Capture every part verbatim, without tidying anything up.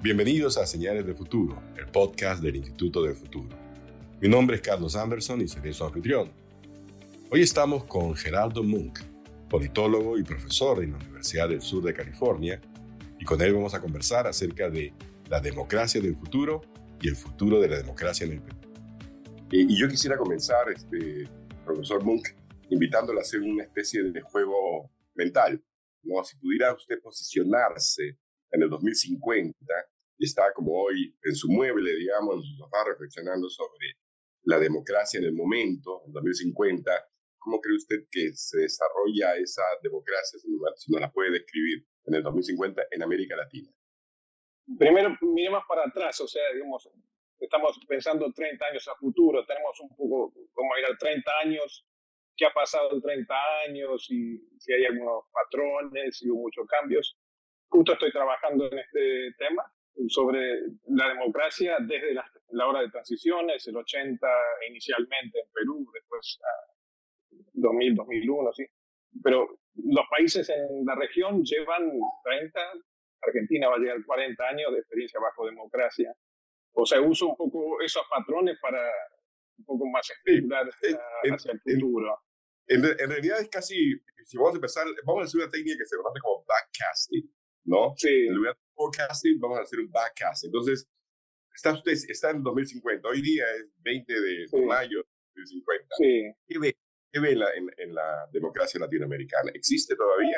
Bienvenidos a Señales del Futuro, el podcast del Instituto del Futuro. Mi nombre es Carlos Anderson y seré su anfitrión. Hoy estamos con Gerardo Munk, politólogo y profesor en la Universidad del Sur de California, y con él vamos a conversar acerca de la democracia del futuro y el futuro de la democracia en el Perú. Y, y yo quisiera comenzar, este, profesor Munk, invitándole a hacer una especie de juego mental, ¿no? Si pudiera usted posicionarse en el dos mil cincuenta, y está como hoy en su mueble, digamos, en su sofá, reflexionando sobre la democracia en el momento, en dos mil cincuenta, ¿cómo cree usted que se desarrolla esa democracia, si no la puede describir, en el dos mil cincuenta en América Latina? Primero, miremos para atrás, o sea, digamos, estamos pensando treinta años a futuro, tenemos un poco, como ir a treinta años, qué ha pasado en treinta años, y si hay algunos patrones, si hubo muchos cambios. Justo estoy trabajando en este tema sobre la democracia desde la, la hora de transiciones, el ochenta inicialmente en Perú, después a dos mil, dos mil uno, sí. Pero los países en la región llevan treinta, Argentina va a llegar cuarenta años de experiencia bajo democracia. O sea, uso un poco esos patrones para un poco más especular sí, en, hacia el futuro. En, en, en realidad es casi, si vamos a empezar, vamos a hacer una técnica que se conoce como backcasting, ¿no? Sí. En lugar de forecasting, vamos a hacer un backcasting. Entonces, está usted está en dos mil cincuenta, hoy día es veinte de sí. mayo de dos mil cincuenta. Sí. ¿Qué ve, qué ve en, la, en, en la democracia latinoamericana? ¿Existe todavía?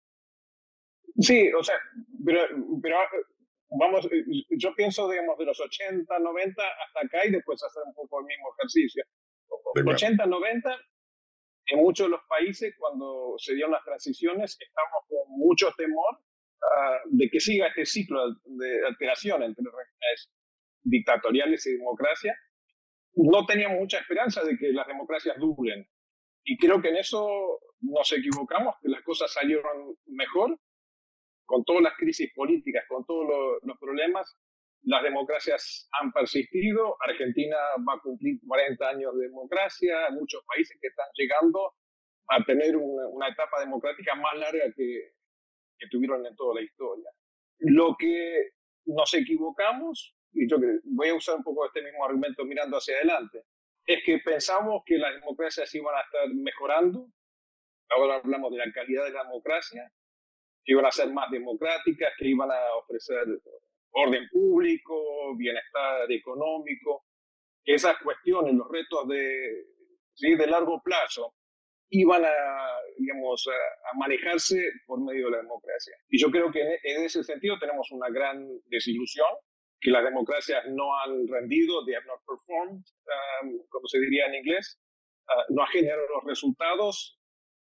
Sí, o sea, pero, pero vamos, yo pienso, digamos, de los ochenta, noventa hasta acá y después hacer un poco el mismo ejercicio. ochenta, noventa, en muchos de los países, cuando se dieron las transiciones, estamos con mucho temor uh, de que siga este ciclo de alteración entre regímenes dictatoriales y democracia. No teníamos mucha esperanza de que las democracias duren. Y creo que en eso nos equivocamos, que las cosas salieron mejor. Con todas las crisis políticas, con todos lo, los problemas, las democracias han persistido. Argentina va a cumplir cuarenta años de democracia, muchos países que están llegando a tener una, una etapa democrática más larga que, que tuvieron en toda la historia. Lo que nos equivocamos, y yo voy a usar un poco este mismo argumento mirando hacia adelante, es que pensamos que las democracias iban a estar mejorando. Ahora hablamos de la calidad de la democracia, que iban a ser más democráticas, que iban a ofrecer orden público, bienestar económico, que esas cuestiones, los retos de, ¿sí? de largo plazo, iban a, digamos, a, a manejarse por medio de la democracia. Y yo creo que en, en ese sentido tenemos una gran desilusión, que las democracias no han rendido, they have not performed, um, como se diría en inglés, uh, no ha generado los resultados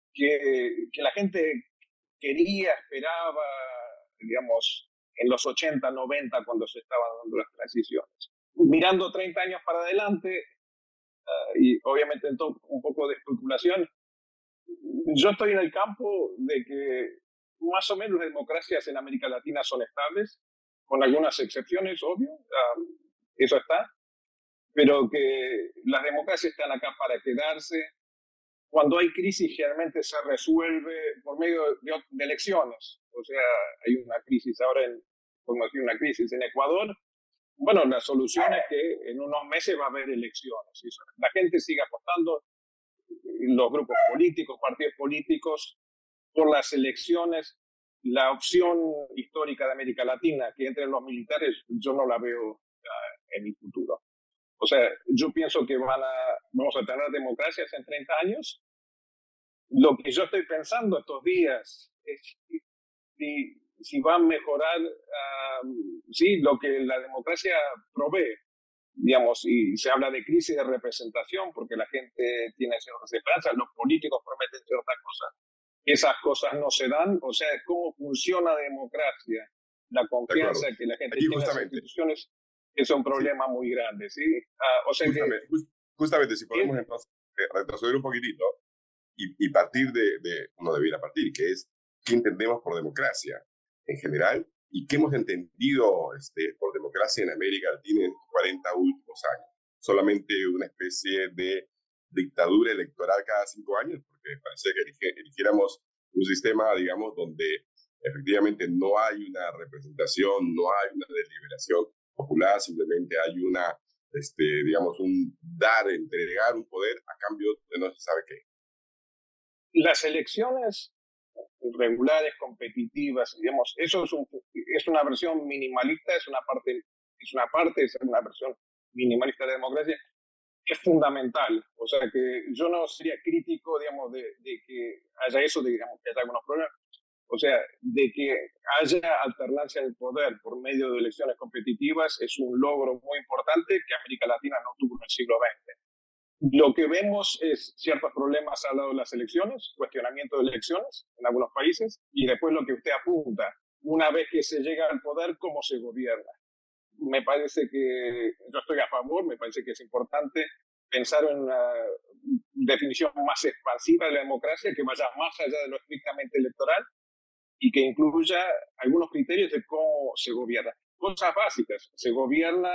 que, que la gente quería, esperaba, digamos, en los ochenta, noventa, cuando se estaban dando las transiciones. Mirando treinta años para adelante, uh, y obviamente en to- un poco de especulación, yo estoy en el campo de que más o menos las democracias en América Latina son estables, con algunas excepciones, obvio, uh, eso está, pero que las democracias están acá para quedarse. Cuando hay crisis, generalmente se resuelve por medio de, de elecciones. O sea, hay una crisis ahora, en, como decir, una crisis en Ecuador. Bueno, la solución es que en unos meses va a haber elecciones. La gente sigue apostando, los grupos políticos, partidos políticos, por las elecciones. La opción histórica de América Latina, que entren los militares, yo no la veo uh, en el futuro. O sea, yo pienso que van a, vamos a tener democracias en treinta años. Lo que yo estoy pensando estos días es si, si va a mejorar uh, sí, lo que la democracia provee. Digamos, y se habla de crisis de representación porque la gente tiene ciertas esperanzas, los políticos prometen ciertas cosas. Esas cosas no se dan. O sea, ¿cómo funciona la democracia? La confianza que la gente tiene en las instituciones es un problema sí. muy grande, ¿sí? Uh, o sea justamente, que, justamente, si podemos ¿sí? entonces retroceder un poquitito y, y partir de, de, uno debiera partir, que es qué entendemos por democracia en general y qué hemos entendido este, por democracia en América Latina en estos cuarenta últimos años. Solamente una especie de dictadura electoral cada cinco años, porque parecía que elige, eligiéramos un sistema, digamos, donde efectivamente no hay una representación, no hay una deliberación popular, simplemente hay una, este, digamos, un dar, entregar un poder a cambio de no se sabe qué. Las elecciones regulares, competitivas, digamos, eso es, un, es una versión minimalista, es una parte, es una parte, es una versión minimalista de la democracia, es fundamental. O sea que yo no sería crítico, digamos, de, de que haya eso, de, digamos, que haya algunos problemas. O sea, de que haya alternancia del poder por medio de elecciones competitivas es un logro muy importante que América Latina no tuvo en el siglo veinte. Lo que vemos es ciertos problemas al lado de las elecciones, cuestionamiento de elecciones en algunos países, y después lo que usted apunta, una vez que se llega al poder, cómo se gobierna. Me parece que yo estoy a favor, me parece que es importante pensar en una definición más expansiva de la democracia que vaya más allá de lo estrictamente electoral y que incluya algunos criterios de cómo se gobierna. Cosas básicas, se gobierna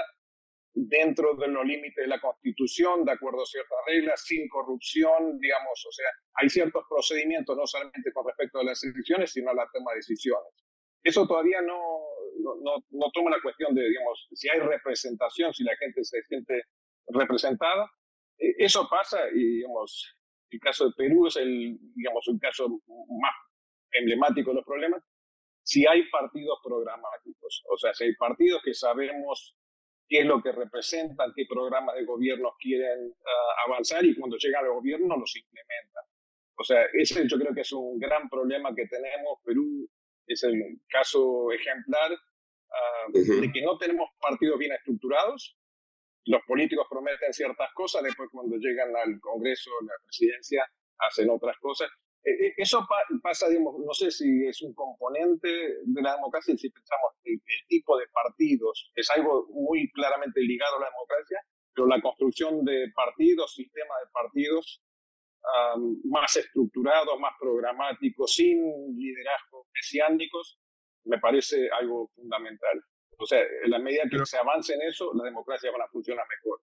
dentro de los límites de la Constitución, de acuerdo a ciertas reglas, sin corrupción, digamos, o sea, hay ciertos procedimientos, no solamente con respecto a las elecciones, sino a la toma de decisiones. Eso todavía no, no, no, no toma la cuestión de, digamos, si hay representación, si la gente se siente representada. Eso pasa y, digamos, el caso de Perú es el, digamos, el caso más emblemático de los problemas. Si hay partidos programáticos, o sea, si hay partidos que sabemos qué es lo que representan, qué programas de gobierno quieren uh, avanzar y cuando llegan al gobierno los implementan. O sea, ese yo creo que es un gran problema que tenemos. Perú es el caso ejemplar uh, uh-huh. de que no tenemos partidos bien estructurados. Los políticos prometen ciertas cosas, después cuando llegan al Congreso, a la presidencia, hacen otras cosas. Eh, eso pa- pasa, digamos, no sé si es un componente de la democracia, si pensamos el, el tipo de partidos, es algo muy claramente ligado a la democracia, pero la construcción de partidos, sistema de partidos um, más estructurados, más programáticos, sin liderazgos mesiánicos, me parece algo fundamental. O sea, en la medida que pero, se avance en eso, la democracia va a funcionar mejor.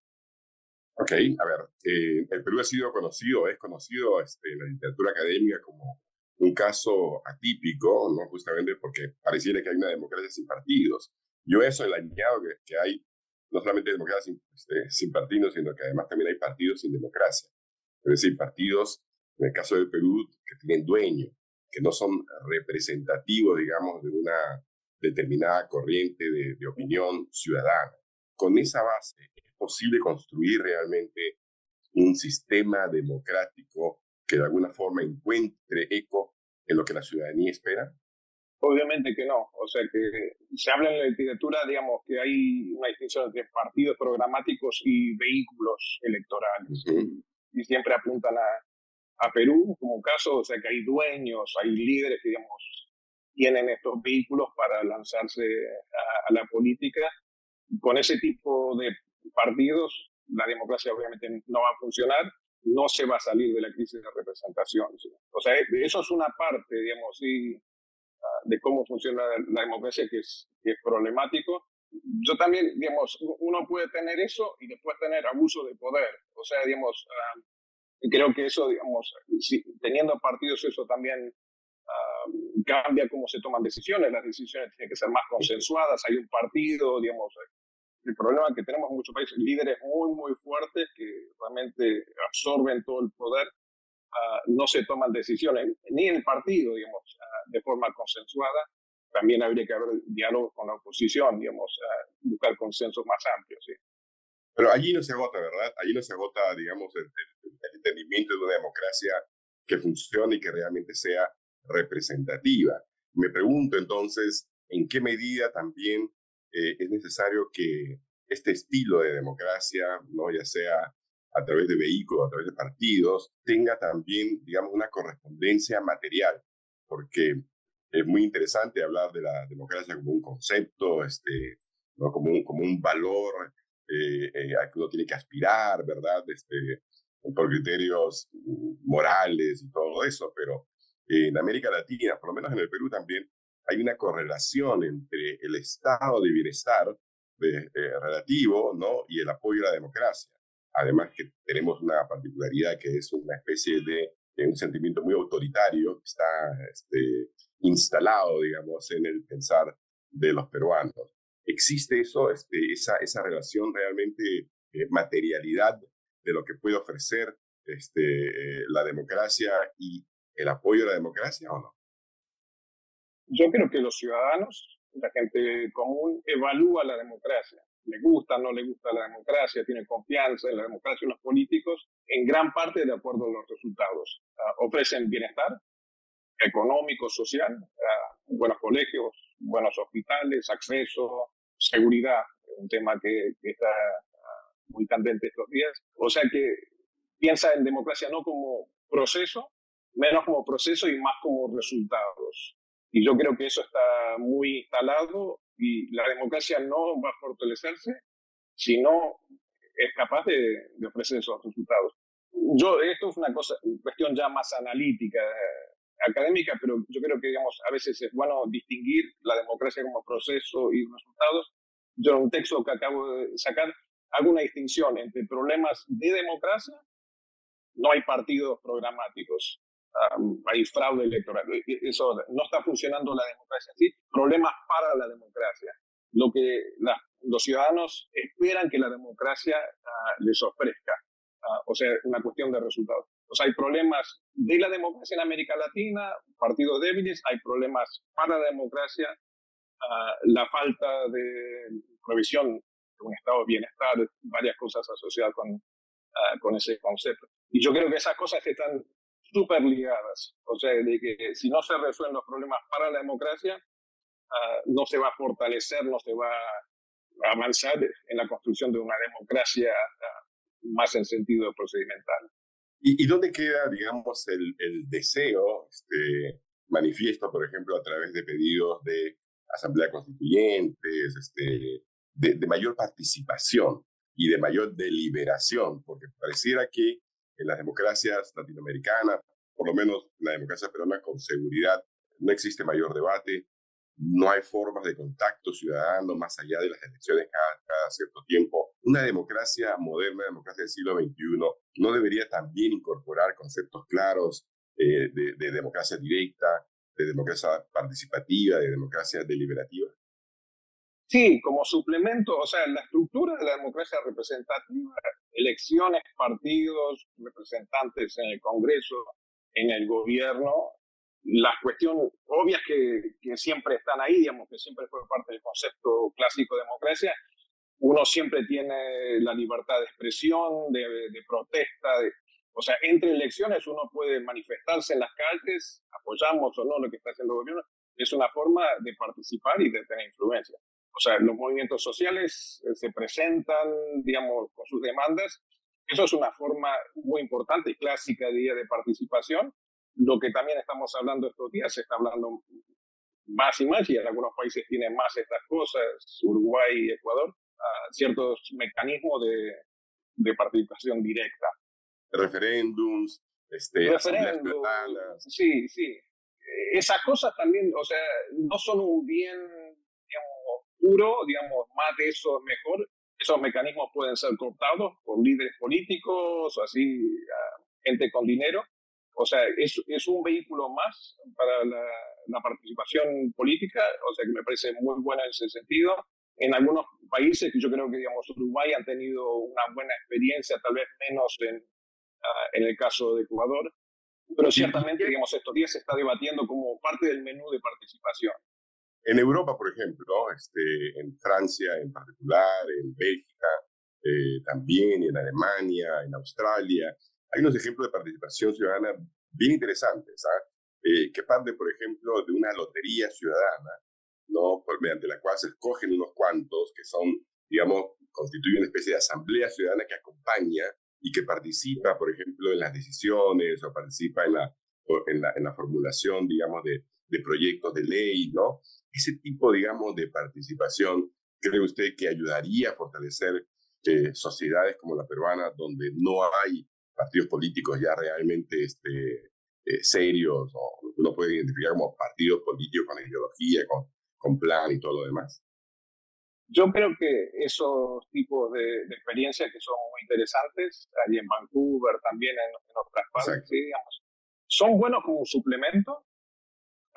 Ok, a ver, eh, el Perú ha sido conocido, es conocido este, en la literatura académica como un caso atípico, ¿no? Justamente porque pareciera que hay una democracia sin partidos. Yo eso le he añadido que, que hay no solamente democracia sin, este, sin partidos, sino que además también hay partidos sin democracia. Es decir, partidos, en el caso del Perú, que tienen dueño, que no son representativos, digamos, de una determinada corriente de, de opinión ciudadana. Con esa base, ¿es posible construir realmente un sistema democrático que de alguna forma encuentre eco en lo que la ciudadanía espera? Obviamente que no. O sea, que se habla en la literatura, digamos, que hay una distinción entre partidos programáticos y vehículos electorales. Uh-huh. Y siempre apuntan a, a Perú como un caso, o sea, que hay dueños, hay líderes que, digamos, tienen estos vehículos para lanzarse a, a la política. Con ese tipo de partidos, la democracia obviamente no va a funcionar, no se va a salir de la crisis de representación. ¿Sí? O sea, eso es una parte, digamos, sí, de cómo funciona la democracia que es, que es problemático. Yo también, digamos, uno puede tener eso y después tener abuso de poder. O sea, digamos, uh, creo que eso, digamos, si, teniendo partidos, eso también uh, cambia cómo se toman decisiones. Las decisiones tienen que ser más consensuadas. Hay un partido, digamos, el problema que tenemos en muchos países, líderes muy, muy fuertes que realmente absorben todo el poder. Uh, no se toman decisiones, ni en el partido, digamos, uh, de forma consensuada. También habría que haber diálogo con la oposición, digamos, uh, buscar consensos más amplios. ¿Sí? Pero allí no se agota, ¿verdad? Allí no se agota, digamos, el, el, el entendimiento de una democracia que funcione y que realmente sea representativa. Me pregunto entonces, ¿en qué medida también eh, es necesario que este estilo de democracia, ¿no? Ya sea a través de vehículos, a través de partidos, tenga también, digamos, una correspondencia material? Porque es muy interesante hablar de la democracia como un concepto, este, ¿no? como, un, como un valor eh, eh, al que uno tiene que aspirar, ¿verdad? Este, por criterios morales y todo eso, pero eh, en América Latina, por lo menos en el Perú también, hay una correlación entre el estado de bienestar de, eh, relativo, ¿no? Y el apoyo a la democracia. Además que tenemos una particularidad que es una especie de, de un sentimiento muy autoritario que está este, instalado, digamos, en el pensar de los peruanos. ¿Existe eso, este, esa, esa relación realmente eh, materialidad de lo que puede ofrecer este, eh, la democracia y el apoyo a la democracia o no? Yo creo que los ciudadanos, la gente común, evalúa la democracia. Le gusta, no le gusta la democracia, tiene confianza en la democracia y los políticos, en gran parte de acuerdo a los resultados. Uh, ofrecen bienestar económico, social, uh, buenos colegios, buenos hospitales, acceso, seguridad, un tema que, que está uh, muy candente estos días. O sea que piensa en democracia no como proceso, menos como proceso y más como resultados. Y yo creo que eso está muy instalado y la democracia no va a fortalecerse si no es capaz de, de ofrecer esos resultados. Yo, esto es una cosa, cuestión ya más analítica, eh, académica, pero yo creo que, digamos, a veces es bueno distinguir la democracia como proceso y resultados. Yo en un texto que acabo de sacar hago una distinción entre problemas de democracia, no hay partidos programáticos. Um, hay fraude electoral. Eso no está funcionando la democracia, ¿sí? Problemas para la democracia. Lo que la, los ciudadanos esperan que la democracia uh, les ofrezca. Uh, o sea, una cuestión de resultados. O sea, hay problemas de la democracia en América Latina, partidos débiles, hay problemas para la democracia, uh, la falta de provisión de un estado de bienestar, varias cosas asociadas con, uh, con ese concepto. Y yo creo que esas cosas están súper ligadas, o sea, de que si no se resuelven los problemas para la democracia, uh, no se va a fortalecer, no se va a avanzar en la construcción de una democracia uh, más en sentido procedimental. ¿Y, y dónde queda, digamos, el, el deseo este, manifiesto, por ejemplo, a través de pedidos de asamblea constituyentes, este, de, de mayor participación y de mayor deliberación? Porque pareciera que en las democracias latinoamericanas, por lo menos en la democracia peruana, con seguridad, no existe mayor debate, no hay formas de contacto ciudadano más allá de las elecciones cada, cada cierto tiempo. Una democracia moderna, democracia del siglo veintiuno, no debería también incorporar conceptos claros eh, de, de democracia directa, de democracia participativa, de democracia deliberativa. Sí, como suplemento, o sea, la estructura de la democracia representativa, elecciones, partidos, representantes en el Congreso, en el gobierno, las cuestiones obvias que, que siempre están ahí, digamos, que siempre fue parte del concepto clásico de democracia. Uno siempre tiene la libertad de expresión, de, de protesta, de, o sea, entre elecciones uno puede manifestarse en las calles, apoyamos o no lo que está haciendo el gobierno, es una forma de participar y de tener influencia. O sea, los movimientos sociales eh, se presentan, digamos, con sus demandas. Eso es una forma muy importante y clásica de, de participación. Lo que también estamos hablando estos días, se está hablando más y más, y en algunos países tienen más estas cosas, Uruguay y Ecuador, uh, ciertos mecanismos de, de participación directa. Referéndums, este, Referéndum, sí, sí. Esas cosas también, o sea, no son un bien, digamos, puro, digamos, más de eso es mejor. Esos mecanismos pueden ser cooptados por líderes políticos o así, uh, gente con dinero. O sea, es, es un vehículo más para la, la participación política, o sea, que me parece muy buena en ese sentido. En algunos países, que yo creo que, digamos, Uruguay han tenido una buena experiencia, tal vez menos en, uh, en el caso de Ecuador, pero ciertamente, digamos, estos días se está debatiendo como parte del menú de participación. En Europa, por ejemplo, este, en Francia en particular, en Bélgica eh, también, en Alemania, en Australia, hay unos ejemplos de participación ciudadana bien interesantes, ¿sabes? Eh, que parte, por ejemplo, de una lotería ciudadana, ¿no? Por, mediante la cual se escogen unos cuantos que son, digamos, constituyen una especie de asamblea ciudadana que acompaña y que participa, por ejemplo, en las decisiones o participa en la, en la, en la formulación, digamos, de, de proyectos de ley, ¿no? Ese tipo, digamos, de participación, ¿cree usted que ayudaría a fortalecer eh, sociedades como la peruana, donde no hay partidos políticos ya realmente este, eh, serios, o uno puede identificar como partidos políticos con ideología, con, con plan y todo lo demás? Yo creo que esos tipos de, de experiencias que son muy interesantes, allí en Vancouver, también en, en otras partes, sí, digamos, son buenos como un suplemento,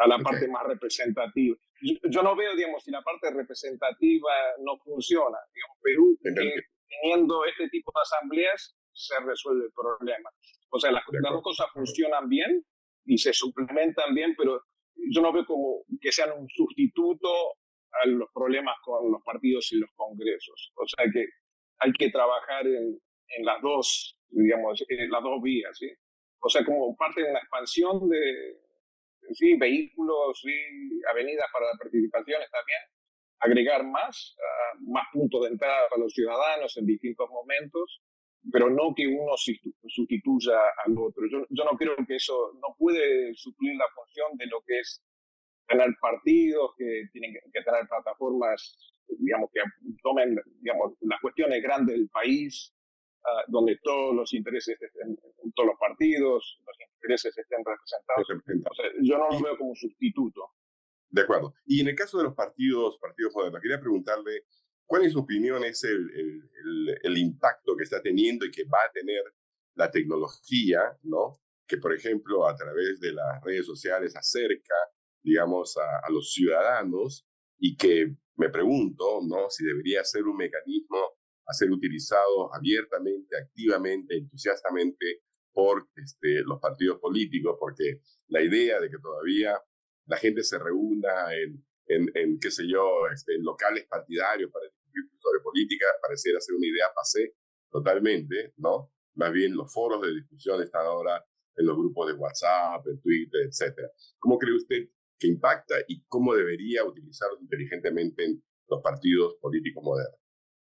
a la okay. parte más representativa. Yo, yo no veo, digamos, si la parte representativa no funciona. Digamos, Perú, que, teniendo este tipo de asambleas, se resuelve el problema. O sea, las, las dos cosas funcionan bien y se suplementan bien, pero yo no veo como que sean un sustituto a los problemas con los partidos y los congresos. O sea que hay que trabajar en, en las dos, digamos, en las dos vías, ¿sí? O sea, como parte de una expansión de, sí, vehículos, sí, avenidas para la participación está bien, agregar más, uh, más puntos de entrada para los ciudadanos en distintos momentos, pero no que uno sustituya al otro. Yo, yo no creo que eso no puede suplir la función de lo que es tener partidos que tienen que tener plataformas, digamos, que tomen, digamos, las cuestiones grandes del país, uh, donde todos los intereses estén, todos los partidos, los intereses estén representados. O sea, yo no lo veo como un sustituto. De acuerdo. Y en el caso de los partidos, partidos modernos, quería preguntarle cuál es su opinión, es el, el, el, el impacto que está teniendo y que va a tener la tecnología, ¿no? Que, por ejemplo, a través de las redes sociales acerca, digamos, a, a los ciudadanos, y que me pregunto, ¿no?, si debería ser un mecanismo a ser utilizado abiertamente, activamente, entusiastamente por este, los partidos políticos, porque la idea de que todavía la gente se reúna en, en, en qué sé yo, este, en locales partidarios para discutir sobre política, pareciera ser una idea pasé totalmente, ¿no? Más bien los foros de discusión están ahora en los grupos de WhatsApp, en Twitter, etcétera. ¿Cómo cree usted que impacta y cómo debería utilizarlo inteligentemente en los partidos políticos modernos?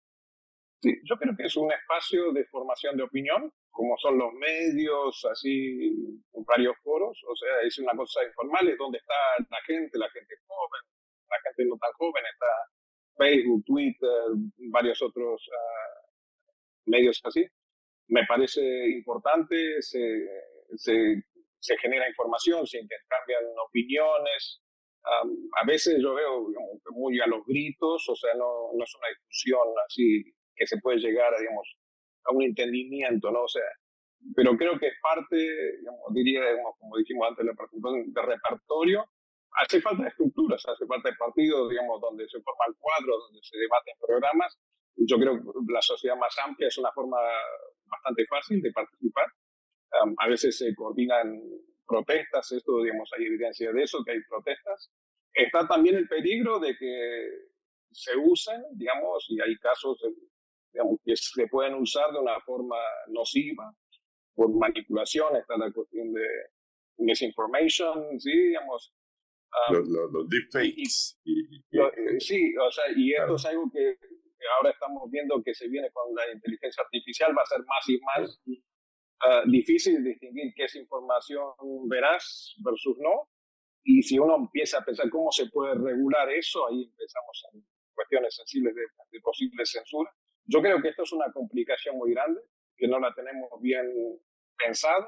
Sí, yo creo que es un espacio de formación de opinión, como son los medios, así, varios foros. O sea, es una cosa informal, es donde está la gente, la gente joven, la gente no tan joven, está Facebook, Twitter, varios otros uh, medios así. Me parece importante, se, se, se genera información, se intercambian opiniones. Um, a veces yo veo, digamos, muy a los gritos, o sea, no, no es una discusión así que se puede llegar, digamos, a un entendimiento, ¿no? O sea, pero creo que es parte, digamos, diría, digamos, como dijimos antes, la participación de repertorio. Hace falta estructuras, hace falta partidos, digamos, donde se forman cuadros, donde se debaten programas. Yo creo que la sociedad más amplia es una forma bastante fácil de participar. Um, a veces se coordinan protestas, esto, digamos, hay evidencia de eso, que hay protestas. Está también el peligro de que se usen, digamos, y hay casos, digamos, que se pueden usar de una forma nociva, por manipulación. Está la cuestión de misinformation, sí, digamos. Um, los, los, los deepfakes. Y, y, y, lo, sí, o sea, y esto claro. es algo que, que ahora estamos viendo que se viene con la inteligencia artificial, va a ser más y más uh, difícil distinguir qué es información veraz versus no. Y si uno empieza a pensar cómo se puede regular eso, ahí empezamos en cuestiones sensibles de, de posible censura. Yo creo que esto es una complicación muy grande, que no la tenemos bien pensada.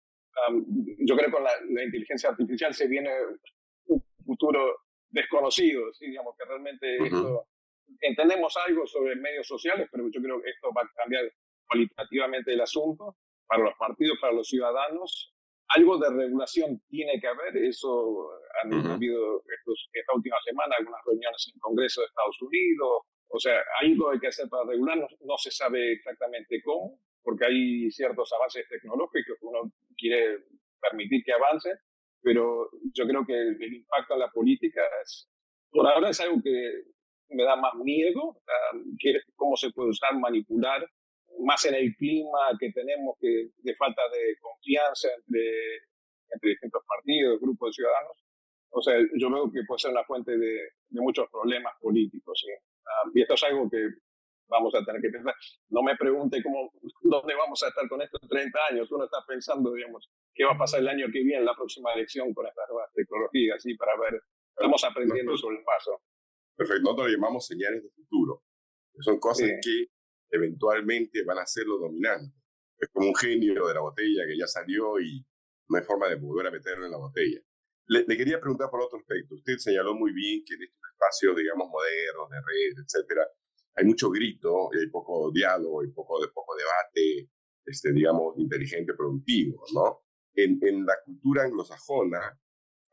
Um, yo creo que con la, la inteligencia artificial se viene un futuro desconocido, ¿sí? Digamos que realmente uh-huh. esto, entendemos algo sobre medios sociales, pero yo creo que esto va a cambiar cualitativamente el asunto para los partidos, para los ciudadanos. Algo de regulación tiene que haber, eso han uh-huh. habido estos, esta última semana algunas reuniones en el Congreso de Estados Unidos. O sea, algo hay que hacer para regular, no, no se sabe exactamente cómo, porque hay ciertos avances tecnológicos que uno quiere permitir que avancen, pero yo creo que el, el impacto en la política es, por ahora es algo que me da más miedo, um, que cómo se puede usar, manipular, más en el clima que tenemos que, de falta de confianza entre, entre distintos partidos, grupos de ciudadanos. O sea, yo veo que puede ser una fuente de, de muchos problemas políticos, ¿sí? Um, y esto es algo que vamos a tener que pensar. No me pregunte cómo, dónde vamos a estar con estos treinta años. Uno está pensando, digamos, qué va a pasar el año que viene, la próxima elección con estas nuevas tecnologías, ¿sí? Para ver, estamos aprendiendo sobre el paso. Perfecto, nosotros lo llamamos señales de futuro. Son cosas sí. que eventualmente van a ser lo dominante. Es como un genio de la botella que ya salió y no hay forma de volver a meterlo en la botella. Le, le quería preguntar por otro aspecto. Usted señaló muy bien que en estos espacios, digamos, modernos, de redes, etcétera, hay mucho grito, hay poco diálogo, hay poco, de, poco debate, este, digamos, inteligente, productivo, ¿no? En, en la cultura anglosajona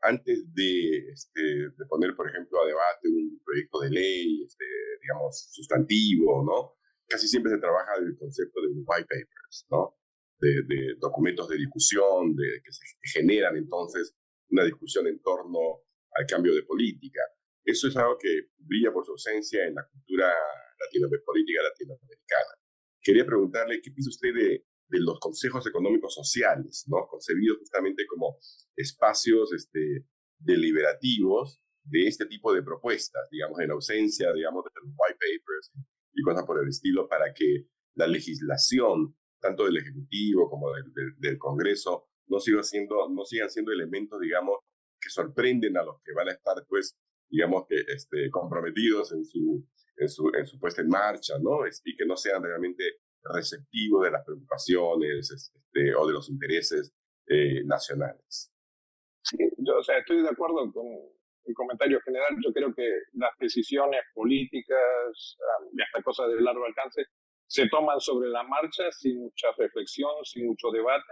antes de, este, de poner, por ejemplo, a debate un proyecto de ley, este, digamos, sustantivo, ¿no? Casi siempre se trabaja el concepto de white papers, ¿no? De, de documentos de discusión, de, que se generan entonces una discusión en torno al cambio de política. Eso es algo que brilla por su ausencia en la cultura latino, política latinoamericana. Quería preguntarle, ¿qué piensa usted de, de los consejos económicos sociales, ¿no? Concebidos justamente como espacios este, deliberativos de este tipo de propuestas, digamos, en ausencia, digamos, de los white papers y cosas por el estilo, para que la legislación, tanto del Ejecutivo como del, del, del Congreso, no sigan siendo, no sigan siendo elementos, digamos, que sorprenden a los que van a estar, pues, digamos, que este, comprometidos en su, en, su, en su puesta en marcha, ¿no? Y que no sean realmente receptivos de las preocupaciones este, o de los intereses eh, nacionales. Sí, yo, o sea, estoy de acuerdo con el comentario general. Yo creo que las decisiones políticas um, y hasta cosas de largo alcance se toman sobre la marcha sin mucha reflexión, sin mucho debate.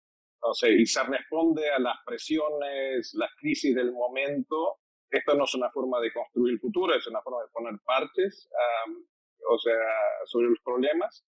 O sea, y se responde a las presiones, las crisis del momento. Esto no es una forma de construir el futuro, es una forma de poner parches, um, o sea, sobre los problemas.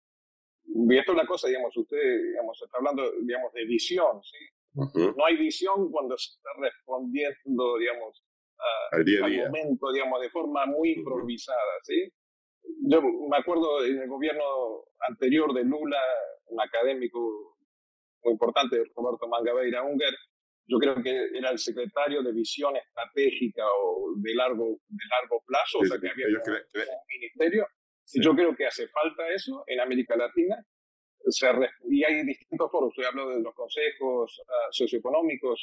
Y esto es la cosa, digamos, usted, digamos, está hablando, digamos, de visión, ¿sí? Uh-huh. No hay visión cuando se está respondiendo, digamos, uh, al, día a al día. momento, digamos, de forma muy improvisada, ¿sí? Yo me acuerdo en el gobierno anterior de Lula, un académico muy importante, Roberto Mangabeira Unger, yo creo que era el secretario de visión estratégica o de largo, de largo plazo, sí, o sea, que había un ministerio. Sí. Yo creo que hace falta eso en América Latina. Se re, y hay distintos foros, yo hablo de los consejos uh, socioeconómicos,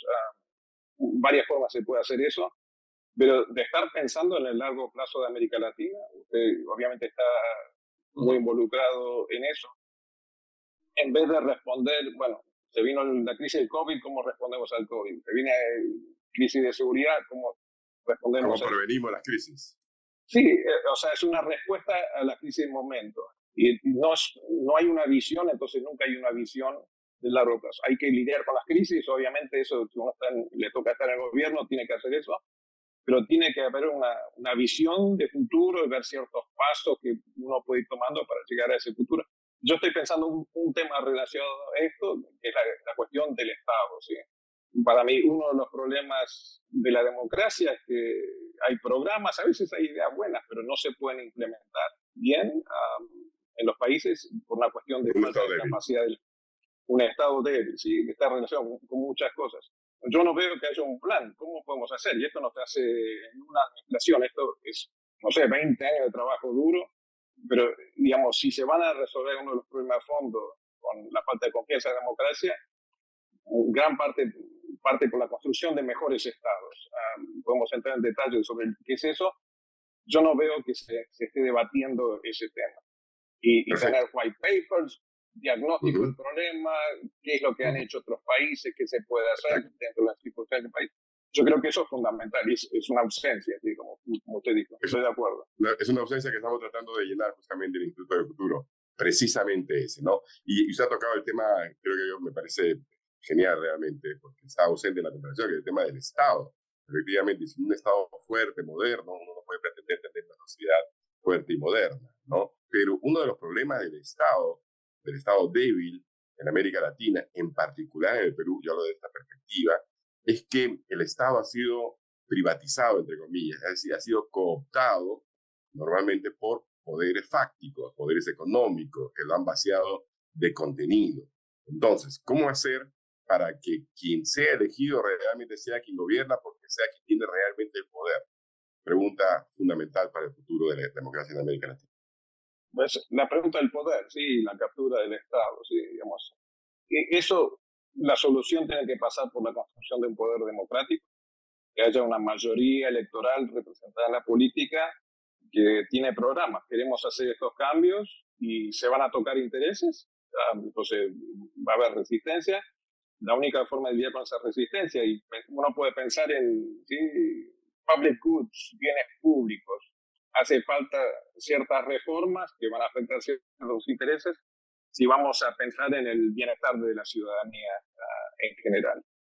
uh, varias formas se puede hacer eso, pero de estar pensando en el largo plazo de América Latina, usted obviamente está muy involucrado en eso, en vez de responder, bueno, se vino la crisis del COVID, ¿cómo respondemos al COVID? Se viene la crisis de seguridad, ¿cómo respondemos? ¿Cómo prevenimos las crisis? Sí, eh, o sea, es una respuesta a la crisis del momento. Y no, es, no hay una visión, entonces nunca hay una visión de largo plazo. Hay que lidiar con las crisis, obviamente eso, si uno está en, le toca estar en el gobierno, tiene que hacer eso, pero tiene que haber una, una visión de futuro y ver ciertos pasos que uno puede ir tomando para llegar a ese futuro. Yo estoy pensando un, un tema relacionado a esto, que es la, la cuestión del Estado, ¿sí? Para mí, uno de los problemas de la democracia es que hay programas, a veces hay ideas buenas, pero no se pueden implementar bien um, en los países por una cuestión de falta de capacidad de un Estado débil, ¿sí? Que está relacionado con, con muchas cosas. Yo no veo que haya un plan. ¿Cómo podemos hacer? Y esto no se hace en una administración. Esto es, no sé, veinte años de trabajo duro, pero, digamos, si se van a resolver uno de los problemas de fondo con la falta de confianza en la democracia, gran parte parte por la construcción de mejores estados. Um, podemos entrar en detalles sobre qué es eso. Yo no veo que se, se esté debatiendo ese tema. Y, y tener white papers, diagnóstico uh-huh. del problema, qué es lo que uh-huh. han hecho otros países, qué se puede hacer uh-huh. dentro de las circunstancias del país. Yo creo que eso es fundamental, es, es una ausencia, ¿sí? como, como usted dijo. Estoy de acuerdo. Es una ausencia que estamos tratando de llenar justamente en el Instituto del Futuro. Precisamente ese, ¿no? Y, y usted ha tocado el tema, creo que yo, me parece genial realmente, porque está ausente en la conversación, que es el tema del Estado. Efectivamente, sin un Estado fuerte, moderno, uno no puede pretender tener una sociedad fuerte y moderna, ¿no? Pero uno de los problemas del Estado, del Estado débil en América Latina, en particular en el Perú, yo hablo de esta perspectiva, es que el Estado ha sido privatizado, entre comillas, es decir, ha sido cooptado normalmente por poderes fácticos, poderes económicos, que lo han vaciado de contenido. Entonces, ¿cómo hacer para que quien sea elegido realmente sea quien gobierna, porque sea quien tiene realmente el poder? Pregunta fundamental para el futuro de la democracia en América Latina. Pues la pregunta del poder, sí, la captura del Estado, sí, digamos. Y eso, la solución tiene que pasar por la construcción de un poder democrático, que haya una mayoría electoral representada en la política que tiene programas. Queremos hacer estos cambios y se van a tocar intereses, entonces va a haber resistencia. La única forma de lidiar con esa resistencia, y uno puede pensar en ¿sí? public goods, bienes públicos. Hace falta ciertas reformas que van a afectar ciertos intereses si vamos a pensar en el bienestar de la ciudadanía uh, en general.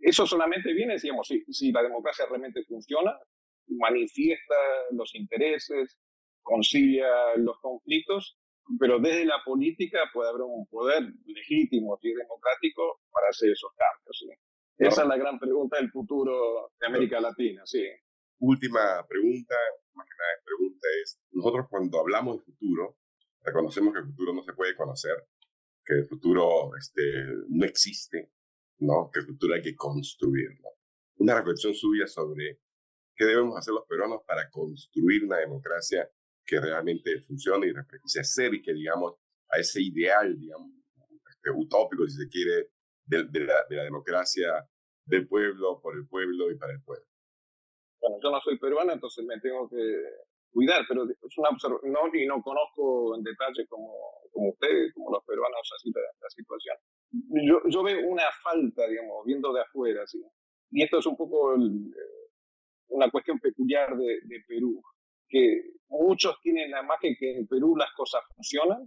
eso solamente viene, digamos, si, si la democracia realmente funciona, manifiesta los intereses, concilia los conflictos, pero desde la política puede haber un poder legítimo y democrático para hacer esos cambios. ¿Sí? No. Esa es la gran pregunta del futuro de América no. Latina. Sí. Última pregunta, más que nada pregunta es, nosotros cuando hablamos de futuro, reconocemos que el futuro no se puede conocer, que el futuro este, no existe, ¿no? Que el futuro hay que construirlo. Una reflexión suya sobre qué debemos hacer los peruanos para construir una democracia que realmente funcione y se acerque, digamos, a ese ideal, digamos, este, utópico, si se quiere, de, de, la, de la democracia del pueblo, por el pueblo y para el pueblo. Bueno, yo no soy peruano, entonces me tengo que cuidar, pero es una observación, no, y no conozco en detalle como, como ustedes, como los peruanos, así la, la situación. Yo, yo veo una falta, digamos, viendo de afuera, ¿sí? Y esto es un poco el, una cuestión peculiar de, de Perú, que muchos tienen la imagen que en Perú las cosas funcionan,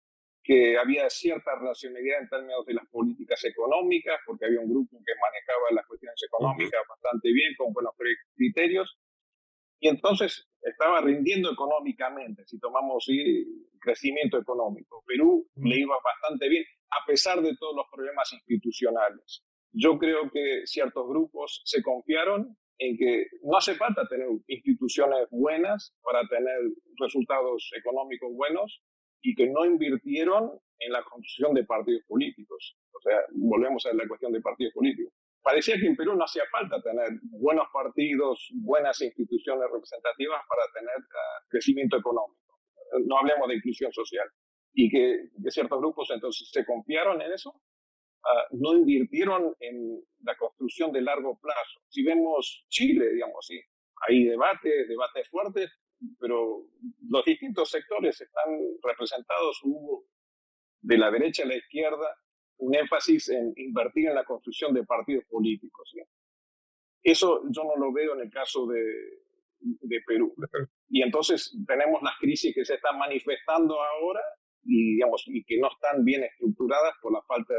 que había cierta racionalidad en términos de las políticas económicas, porque había un grupo que manejaba las cuestiones económicas uh-huh. bastante bien, con buenos criterios, y entonces estaba rindiendo económicamente, si tomamos ¿sí? crecimiento económico. Perú uh-huh. le iba bastante bien, a pesar de todos los problemas institucionales. Yo creo que ciertos grupos se confiaron en que no hace falta tener instituciones buenas para tener resultados económicos buenos y que no invirtieron en la construcción de partidos políticos. O sea, volvemos a la cuestión de partidos políticos. Parecía que en Perú no hacía falta tener buenos partidos, buenas instituciones representativas para tener uh, crecimiento económico. No hablemos de inclusión social. Y que, que ciertos grupos entonces se confiaron en eso. Uh, no invirtieron en la construcción de largo plazo. Si vemos Chile, digamos, sí, hay debates, debates fuertes, pero los distintos sectores están representados. Hubo de la derecha a la izquierda un énfasis en invertir en la construcción de partidos políticos. ¿Sí? Eso yo no lo veo en el caso de, de Perú. Y entonces tenemos las crisis que se están manifestando ahora y, digamos, y que no están bien estructuradas por la falta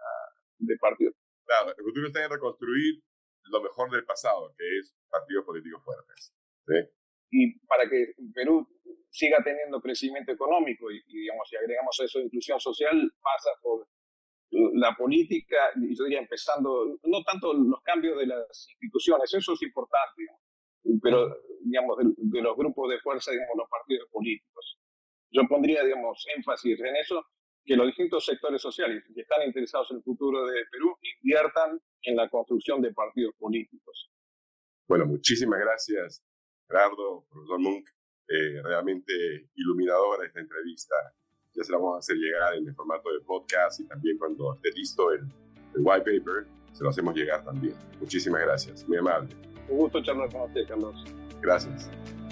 de partidos. Claro, el futuro está en reconstruir lo mejor del pasado, que es partidos políticos fuertes. ¿Sí? Y para que Perú siga teniendo crecimiento económico y, y digamos, si agregamos eso de inclusión social, pasa por la política, y yo diría empezando, no tanto los cambios de las instituciones, eso es importante, digamos, pero digamos, de, de los grupos de fuerza, digamos, los partidos políticos. Yo pondría, digamos, énfasis en eso, que los distintos sectores sociales que están interesados en el futuro de Perú inviertan en la construcción de partidos políticos. Bueno, muchísimas gracias, Gerardo, profesor Munk. Eh, realmente iluminadora esta entrevista. Ya se la vamos a hacer llegar en el formato de podcast y también cuando esté listo el, el white paper, se lo hacemos llegar también. Muchísimas gracias, muy amable. Un gusto charlar con usted, Carlos. Gracias.